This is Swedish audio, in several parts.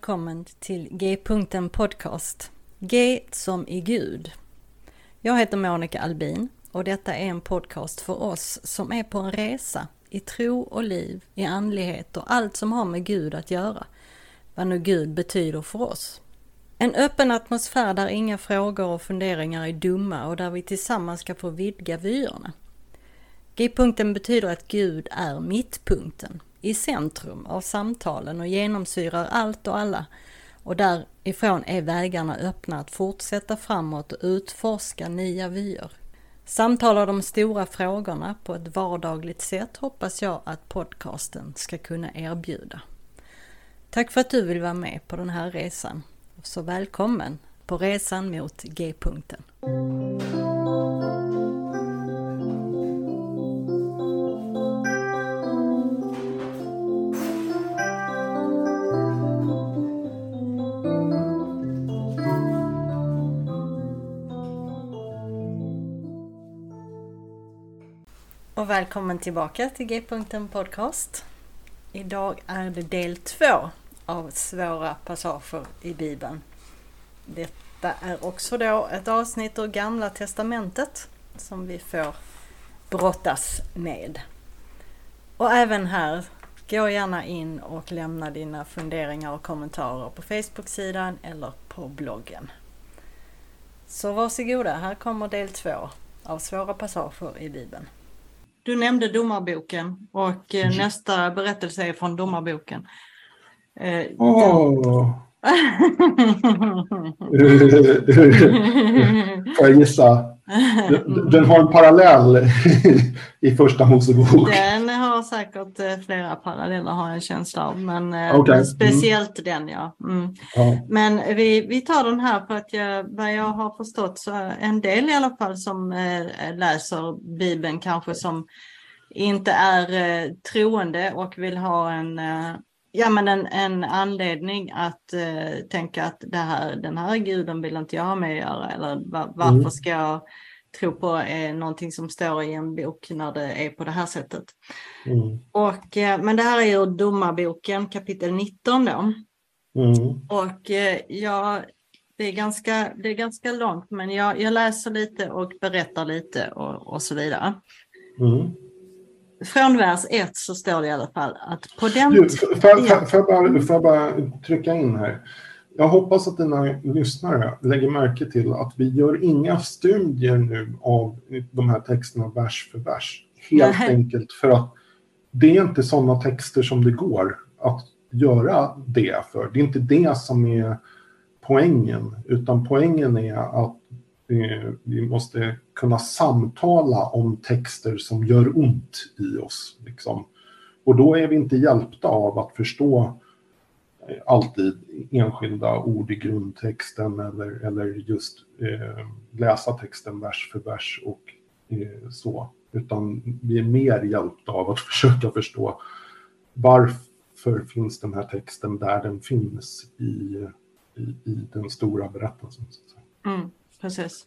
välkommen till G-punkten podcast. G som i Gud. Jag heter Monica Albin och detta är en podcast för oss som är på en resa i tro och liv, i andlighet och allt som har med Gud att göra. Vad nu Gud betyder för oss. En öppen atmosfär där inga frågor och funderingar är dumma och där vi tillsammans ska få vidga vyerna. G-punkten betyder att Gud är mittpunkten, i centrum av samtalen och genomsyrar allt och alla. Och därifrån är vägarna öppna att fortsätta framåt och utforska nya vyer. Samtalar de stora frågorna på ett vardagligt sätt hoppas jag att podcasten ska kunna erbjuda. Tack för att du vill vara med på den här resan. Så välkommen på resan mot G-punkten. Och välkommen tillbaka till G-punkten podcast. Idag är det del 2 av svåra passager i Bibeln. Detta är också då ett avsnitt ur Gamla testamentet som vi får brottas med. Och även här, gå gärna in och lämna dina funderingar och kommentarer på Facebook-sidan eller på bloggen. Så varsågoda, här kommer del 2 av svåra passager i Bibeln. Du nämnde Domarboken och nästa berättelse är från Domarboken. Får jag gissa? Den har en parallell i första Mosebok. Den har säkert flera paralleller, har jag en känsla av. Men speciellt den, ja. Men vi tar den här för att vad jag har förstått så en del i alla fall som läser Bibeln kanske som inte är troende och vill ha en anledning att tänka att den här guden vill inte jag ha med att göra. Eller varför ska jag tro på någonting som står i en bok när det är på det här sättet. Men det här är ju Domarboken kapitel 19 då. Och det är ganska långt, men jag läser lite och berättar lite och så vidare. Från vers 1 så står det i alla fall att på den... Får jag bara trycka in här. Jag hoppas att dina lyssnare lägger märke till att vi gör inga studier nu av de här texterna vers för vers. Helt enkelt för att det är inte sådana texter som det går att göra det för. Det är inte det som är poängen, utan poängen är att vi måste kunna samtala om texter som gör ont i oss. Liksom. Och då är vi inte hjälpta av att förstå alltid enskilda ord i grundtexten eller just läsa texten vers för vers och så. Utan vi är mer hjälpta av att försöka förstå varför finns den här texten där den finns i den stora berättelsen. Så att säga. Precis.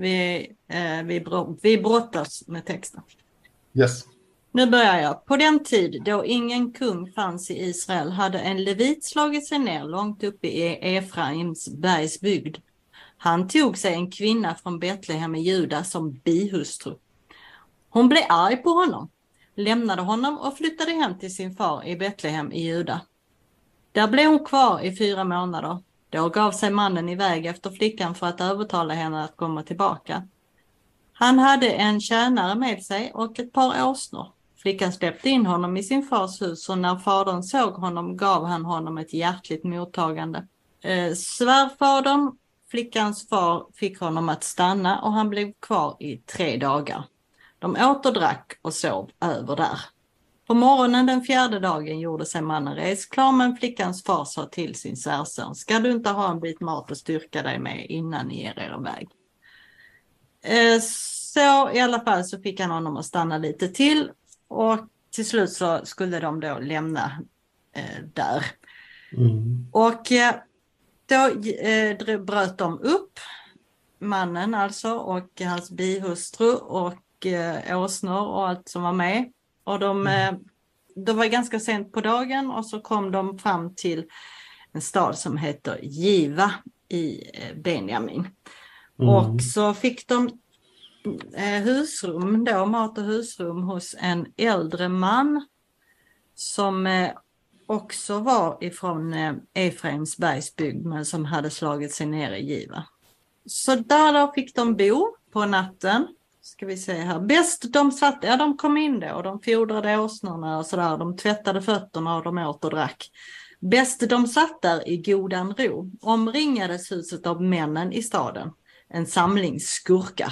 Vi brottas med texten. Yes. Nu börjar jag. På den tid då ingen kung fanns i Israel hade en levit slagit sig ner långt uppe i Efraims bergsbygd. Han tog sig en kvinna från Betlehem i Juda som bihustru. Hon blev arg på honom, lämnade honom och flyttade hem till sin far i Betlehem i Juda. Där blev hon kvar i 4 månader. Då gav sig mannen iväg efter flickan för att övertala henne att komma tillbaka. Han hade en tjänare med sig och ett par åsnor. Flickan släppte in honom i sin fars hus och när fadern såg honom gav han honom ett hjärtligt mottagande. Svärfadern, flickans far, fick honom att stanna och han blev kvar i 3 dagar. De åt och drack och sov över där. På morgonen den 4:e dagen gjorde sig mannen resklar, men flickans far sa till sin svärson: ska du inte ha en bit mat och styrka dig med innan ni ger er iväg? Så i alla fall så fick han honom att stanna lite till och till slut så skulle de då lämna där. Och då bröt de upp, mannen alltså och hans bihustru och åsnor och allt som var med. Och de var ganska sent på dagen och så kom de fram till en stad som heter Giva i Benjamin. Och så fick de husrum då, mat och husrum hos en äldre man som också var ifrån Efraims bergsbygd men som hade slagit sig ner i Giva. Så där då fick de bo på natten. Ska vi se här. Bäst de satt, ja de kom in då och de fodrade åsnorna och sådär. De tvättade fötterna och de åt och drack. Bäst de satt där i godan ro. Omringades huset av männen i staden. En samling skurkar.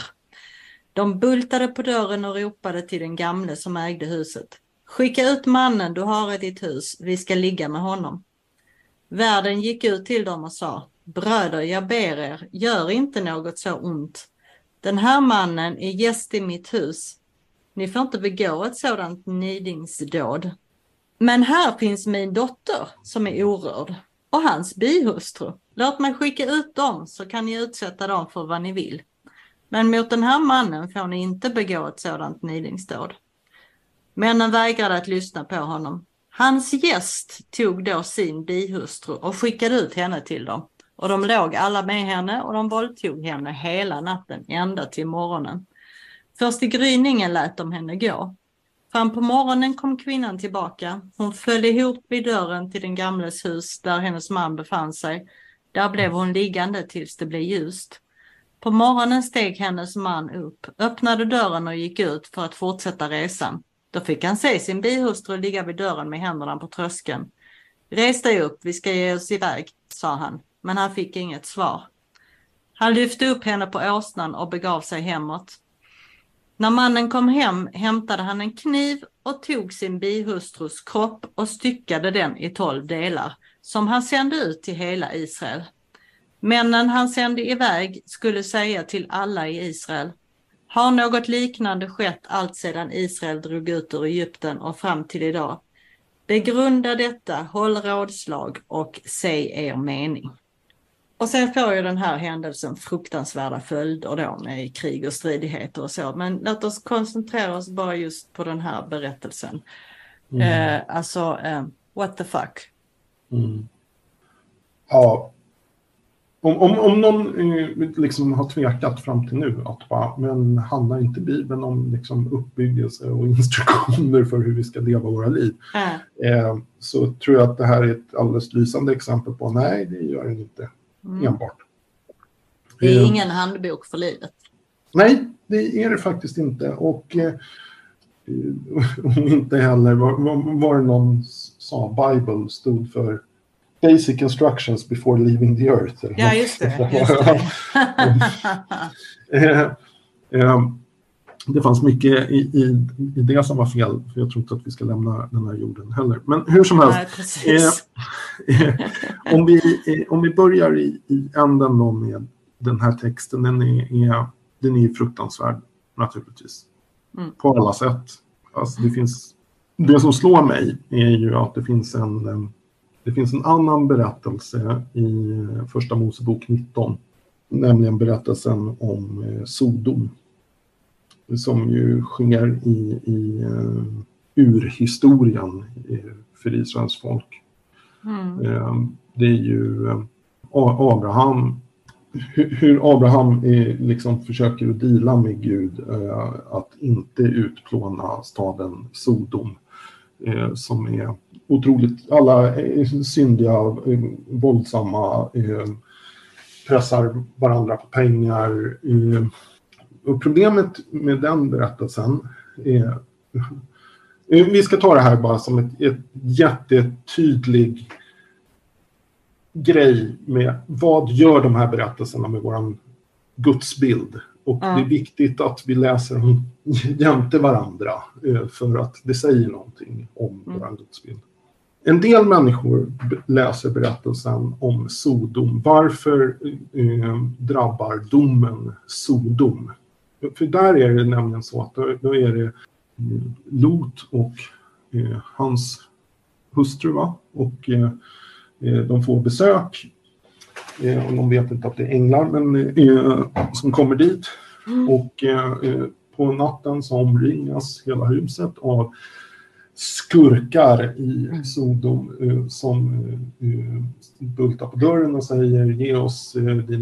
De bultade på dörren och ropade till den gamle som ägde huset. Skicka ut mannen du har i ditt hus. Vi ska ligga med honom. Värden gick ut till dem och sa. Bröder, jag ber er, gör inte något så ont. Den här mannen är gäst i mitt hus. Ni får inte begå ett sådant nidingsdåd. Men här finns min dotter som är orörd och hans bihustru. Låt mig skicka ut dem så kan ni utsätta dem för vad ni vill. Men mot den här mannen får ni inte begå ett sådant nidingsdåd. Männen vägrade att lyssna på honom. Hans gäst tog då sin bihustru och skickade ut henne till dem. Och de låg alla med henne och de våldtog henne hela natten ända till morgonen. Först i gryningen lät de henne gå. Fram på morgonen kom kvinnan tillbaka. Hon föll ihop vid dörren till den gamles hus där hennes man befann sig. Där blev hon liggande tills det blev ljust. På morgonen steg hennes man upp, öppnade dörren och gick ut för att fortsätta resan. Då fick han se sin bihustru ligga vid dörren med händerna på tröskeln. Res dig upp, vi ska ge oss iväg, sa han. Men han fick inget svar. Han lyfte upp henne på åsnan och begav sig hemåt. När mannen kom hem hämtade han en kniv och tog sin bihustrus kropp och styckade den i 12 delar som han sände ut till hela Israel. Männen han sände iväg skulle säga till alla i Israel: har något liknande skett allt sedan Israel drog ut ur Egypten och fram till idag? Begrunda detta, håll rådslag och säg er mening. Och sen får ju den här händelsen fruktansvärda följder då med krig och stridigheter och så. Men låt oss koncentrera oss bara just på den här berättelsen. What the fuck? Ja. Om någon liksom har tvekat fram till nu att bara, men handlar inte Bibeln om liksom uppbyggelse och instruktioner för hur vi ska leva våra liv? Så tror jag att det här är ett alldeles lysande exempel på nej, det gör den inte enbart. Det är ingen handbok för livet. Nej, det är det faktiskt inte. Och inte heller var det någon sa Bible stod för Basic Instructions before leaving the earth. Ja, just det. Det fanns mycket i det som var fel, för jag tror inte att vi ska lämna den här jorden heller. Men hur som helst, om vi börjar i änden då med den här texten, den är fruktansvärd naturligtvis. På alla sätt. Alltså det som slår mig är ju att det finns en annan berättelse i Första Mosebok 19, nämligen berättelsen om Sodom, som ju sker i urhistorien för Israels folk. Det är ju Abraham, hur Abraham liksom försöker att deala med Gud att inte utplåna staden Sodom, som är otroligt, alla syndiga, våldsamma, pressar varandra på pengar. Och problemet med den berättelsen är, vi ska ta det här bara som ett jättetydlig grej med vad gör de här berättelserna med våran gudsbild. Och det är viktigt att vi läser dem jämte varandra för att det säger någonting om våran gudsbild. En del människor läser berättelsen om Sodom. Varför drabbar domen Sodom? För där är det nämligen så att då är det Lot och hans hustru, va? Och de får besök. Och de vet inte att det är änglar, men som kommer dit. Och på natten så omringas hela huset av skurkar i Sodom som bultar på dörren och säger ge oss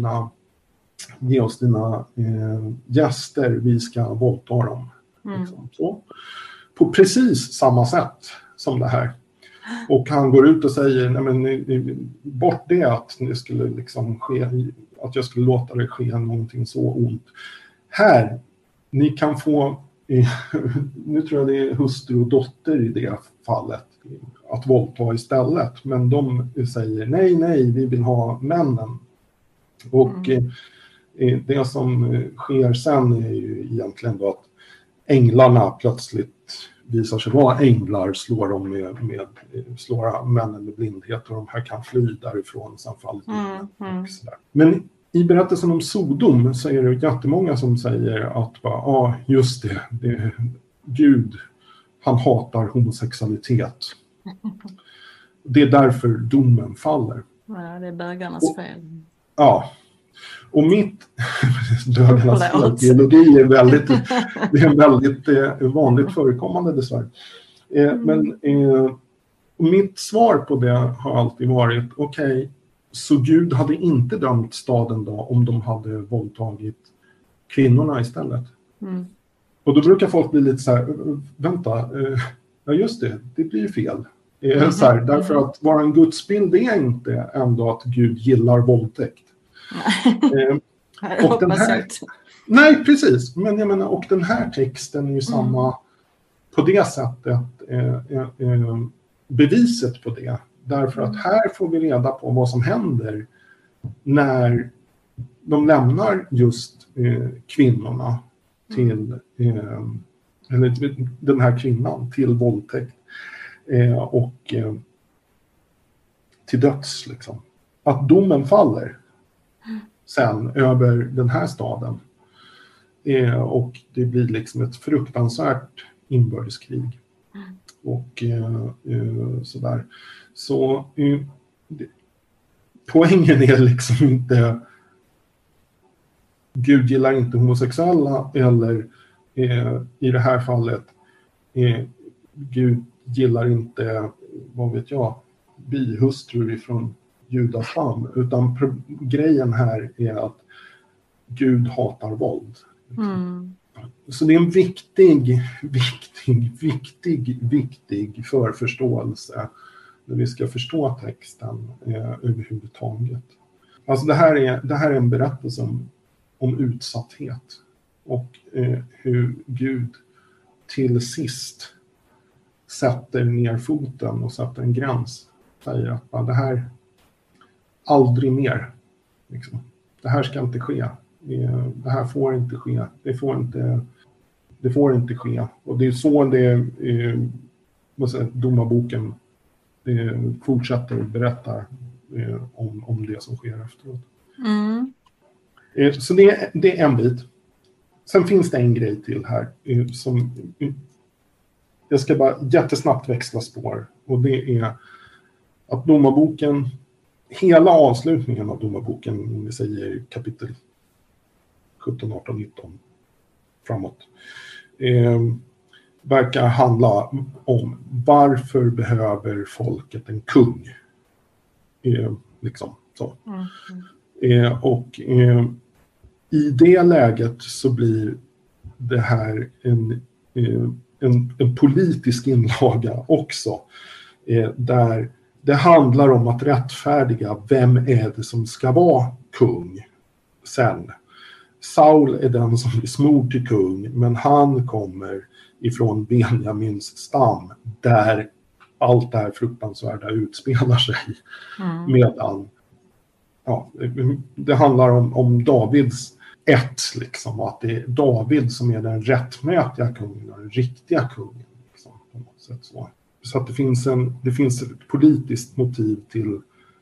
dina gäster, vi ska våldta dem. Liksom. Så. På precis samma sätt som det här. Och han går ut och säger, nej men bort det att det skulle liksom ske, att jag skulle låta det ske någonting så ont. Här, ni kan få, nu tror jag det är hustru och dotter i det fallet, att våldta istället. Men de säger nej, vi vill ha männen. Och det som sker sen är ju egentligen då att änglarna plötsligt visar sig vara änglar, slår dem slår männen med blindhet och de här kan fly därifrån sen fallet. Men i berättelsen om Sodom så är det jättemånga som säger att just det Gud, han hatar homosexualitet. Det är därför domen faller. Ja, det är bögarnas fel. Ja. Och mitt bögarnas fel teologi är väldigt vanligt förekommande dessvärre. Men mitt svar på det har alltid varit okej, så Gud hade inte dömt staden då om de hade våldtagit kvinnorna istället. Och då brukar folk bli lite så här, vänta, ja just det blir ju fel. Så här, därför att vara en gudsbild är inte ändå att Gud gillar våldtäkt. Och den här, nej, precis. Men jag menar, och den här texten är ju samma på det sättet beviset på det. Därför att här får vi reda på vad som händer när de lämnar just kvinnorna till, eller den här kvinnan till våldtäkt och till döds liksom. Att domen faller sen över den här staden. Och det blir liksom ett fruktansvärt inbördeskrig. Och sådär. Så poängen är liksom inte Gud gillar inte homosexuella eller i det här fallet Gud gillar inte, vad vet jag, bihustrur ifrån Judas stam, utan grejen här är att Gud hatar våld. Så det är en viktig förförståelse när vi ska förstå texten överhuvudtaget. Alltså det här är en berättelse om utsatthet och hur Gud till sist sätter ner foten och sätter en gräns. Säger att det här aldrig mer. Liksom. Det här ska inte ske. Det här får inte ske. Det får inte ske. Och det är så domarboken fortsätter och berättar om det som sker efteråt. Så det är en bit. Sen finns det en grej till här som jag ska bara jättesnabbt växla spår. Och det är att domarboken, hela avslutningen av domarboken, om vi säger kapitel 17, 18, 19 framåt, verkar handla om varför behöver folket en kung. Liksom så. Och i det läget så blir det här en politisk inlaga också, där det handlar om att rättfärdiga vem är det som ska vara kung sen. Saul är den som blir smord till kung, men han kommer ifrån Benjamins stam där allt det här fruktansvärda utspelar sig. Medan det handlar om Davids liksom, att det är David som är den rättmätiga kungen och den riktiga kungen. Liksom, på något sätt så att det finns ett politiskt motiv till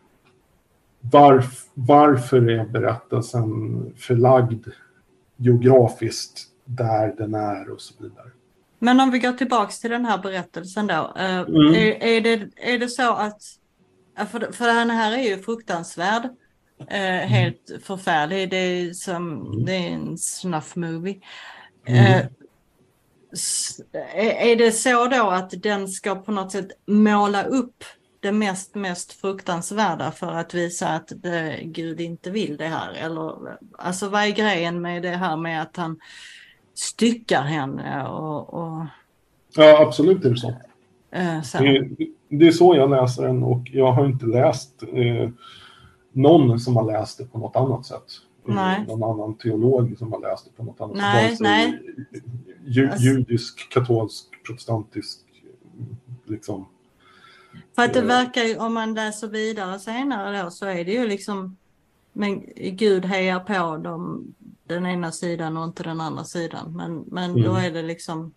varför är berättelsen förlagd geografiskt där den är och så vidare. Men om vi går tillbaks till den här berättelsen då. Är det så att, för den här är ju fruktansvärd, helt förfärlig, det är en snuff movie. Är det så då att den ska på något sätt måla upp det mest fruktansvärda för att visa att Gud inte vill det här? Eller, alltså vad är grejen med det här med att han styckar henne och Ja, absolut är det så. så. Det är så jag läser den, och jag har inte läst någon som har läst det på något annat sätt. Nej. Någon annan teolog som har läst det på något annat Nej, sätt. nej. Judisk, katolsk, protestantisk, liksom. För att det verkar ju, om man läser vidare senare då, så är det ju liksom, men Gud hejar på den ena sidan och inte den andra sidan. Men då är det liksom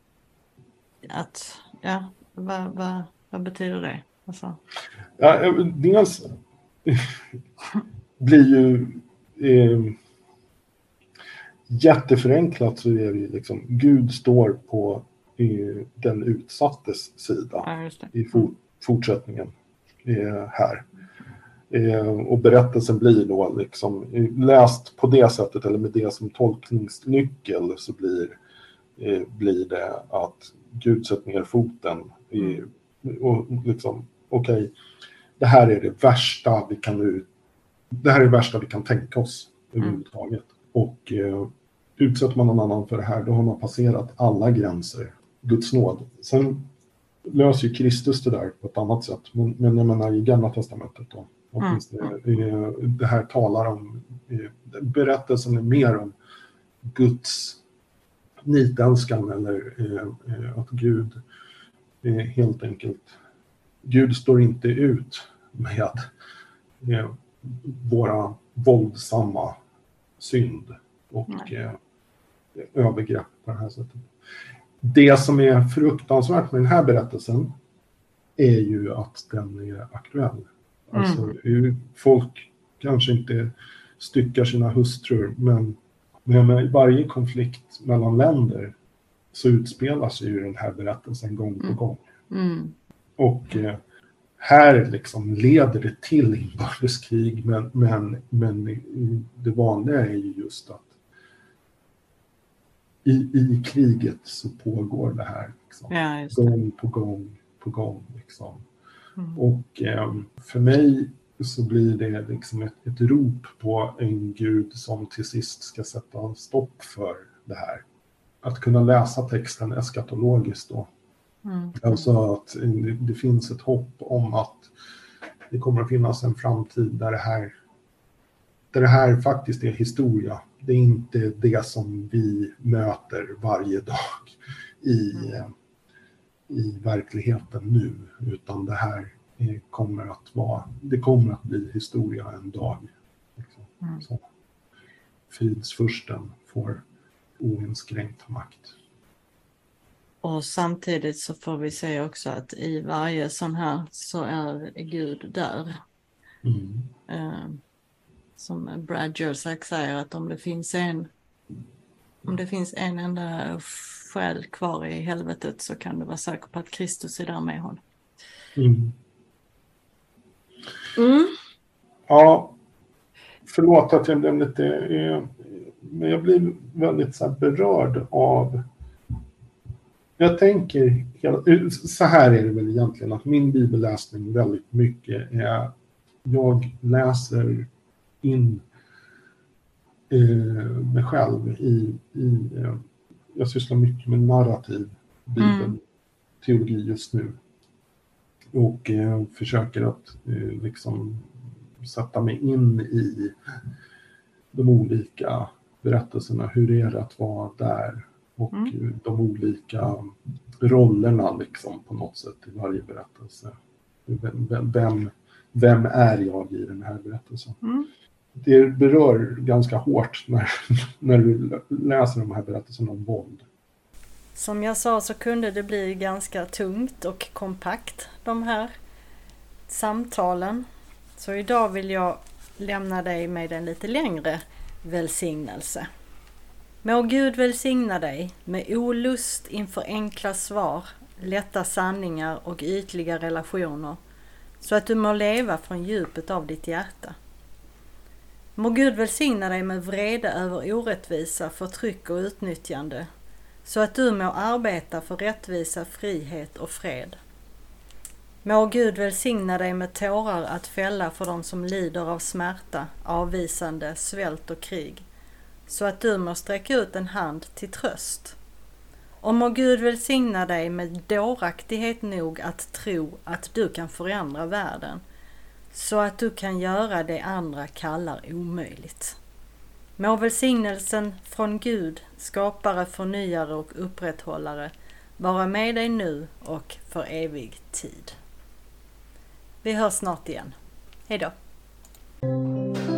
att, ja, vad betyder det? Alltså. Ja, dels blir ju jätteförenklat, så är det ju liksom Gud står på den utsattes sida. Ja, just det. I fortsättningen här. Och berättelsen blir då liksom läst på det sättet, eller med det som tolkningsnyckel, så blir det att Gud sätter ner foten och liksom, okej, det här är det värsta vi kan tänka oss överhuvudtaget. Och utsätter man någon annan för det här, då har man passerat alla gränser, Guds nåd. Sen löser ju Kristus det där på ett annat sätt, men jag menar i Gamla testamentet då, det här talar om, berättelsen är mer om Guds nitälskan, eller att Gud helt enkelt, Gud står inte ut med våra våldsamma synd och övergrepp på det här sättet. Det som är fruktansvärt med den här berättelsen är ju att den är aktuell. Alltså, folk kanske inte styckar sina hustrur, men med varje konflikt mellan länder så utspelar sig ju den här berättelsen gång på gång. Och här liksom leder det till inbördeskrig, men det vanliga är ju just att i kriget så pågår det här liksom, gång på gång liksom. Och för mig så blir det liksom ett rop på en Gud som till sist ska sätta stopp för det här. Att kunna läsa texten eskatologiskt då. Alltså att det finns ett hopp om att det kommer att finnas en framtid där det här faktiskt är historia. Det är inte det som vi möter varje dag i verkligheten nu, utan det här kommer att bli historia en dag. Liksom. Så fridsfursten får oinskränkt makt. Och samtidigt så får vi se också att i varje sån här så är Gud där. Som Brad Jersak säger, att om det finns en enda själ kvar i helvetet, så kan du vara säker på att Kristus är där med honom. Ja, förlåt att jag blev lite... men jag blir väldigt så här berörd av... Jag tänker... Så här är det väl egentligen, att min bibelläsning väldigt mycket är... Jag läser in mig själv jag sysslar mycket med narrativ bibelteologi just nu. Och försöker att liksom sätta mig in i de olika berättelserna. Hur är det att vara där? Och de olika rollerna liksom på något sätt i varje berättelse. Vem är jag i den här berättelsen? Det berör ganska hårt när du läser de här berättelserna om våld. Som jag sa så kunde det bli ganska tungt och kompakt, de här samtalen. Så idag vill jag lämna dig med en lite längre välsignelse. Må Gud välsigna dig med olust inför enkla svar, lätta sanningar och ytliga relationer, så att du må leva från djupet av ditt hjärta. Må Gud välsigna dig med vrede över orättvisa, förtryck och utnyttjande, så att du må arbeta för rättvisa, frihet och fred. Må Gud välsigna dig med tårar att fälla för dem som lider av smärta, avvisande, svält och krig, så att du må sträcka ut en hand till tröst. Och må Gud välsigna dig med dåraktighet nog att tro att du kan förändra världen, så att du kan göra det andra kallar omöjligt. Må välsignelsen från Gud, skapare, förnyare och upprätthållare, vara med dig nu och för evig tid. Vi hörs snart igen. Hej då!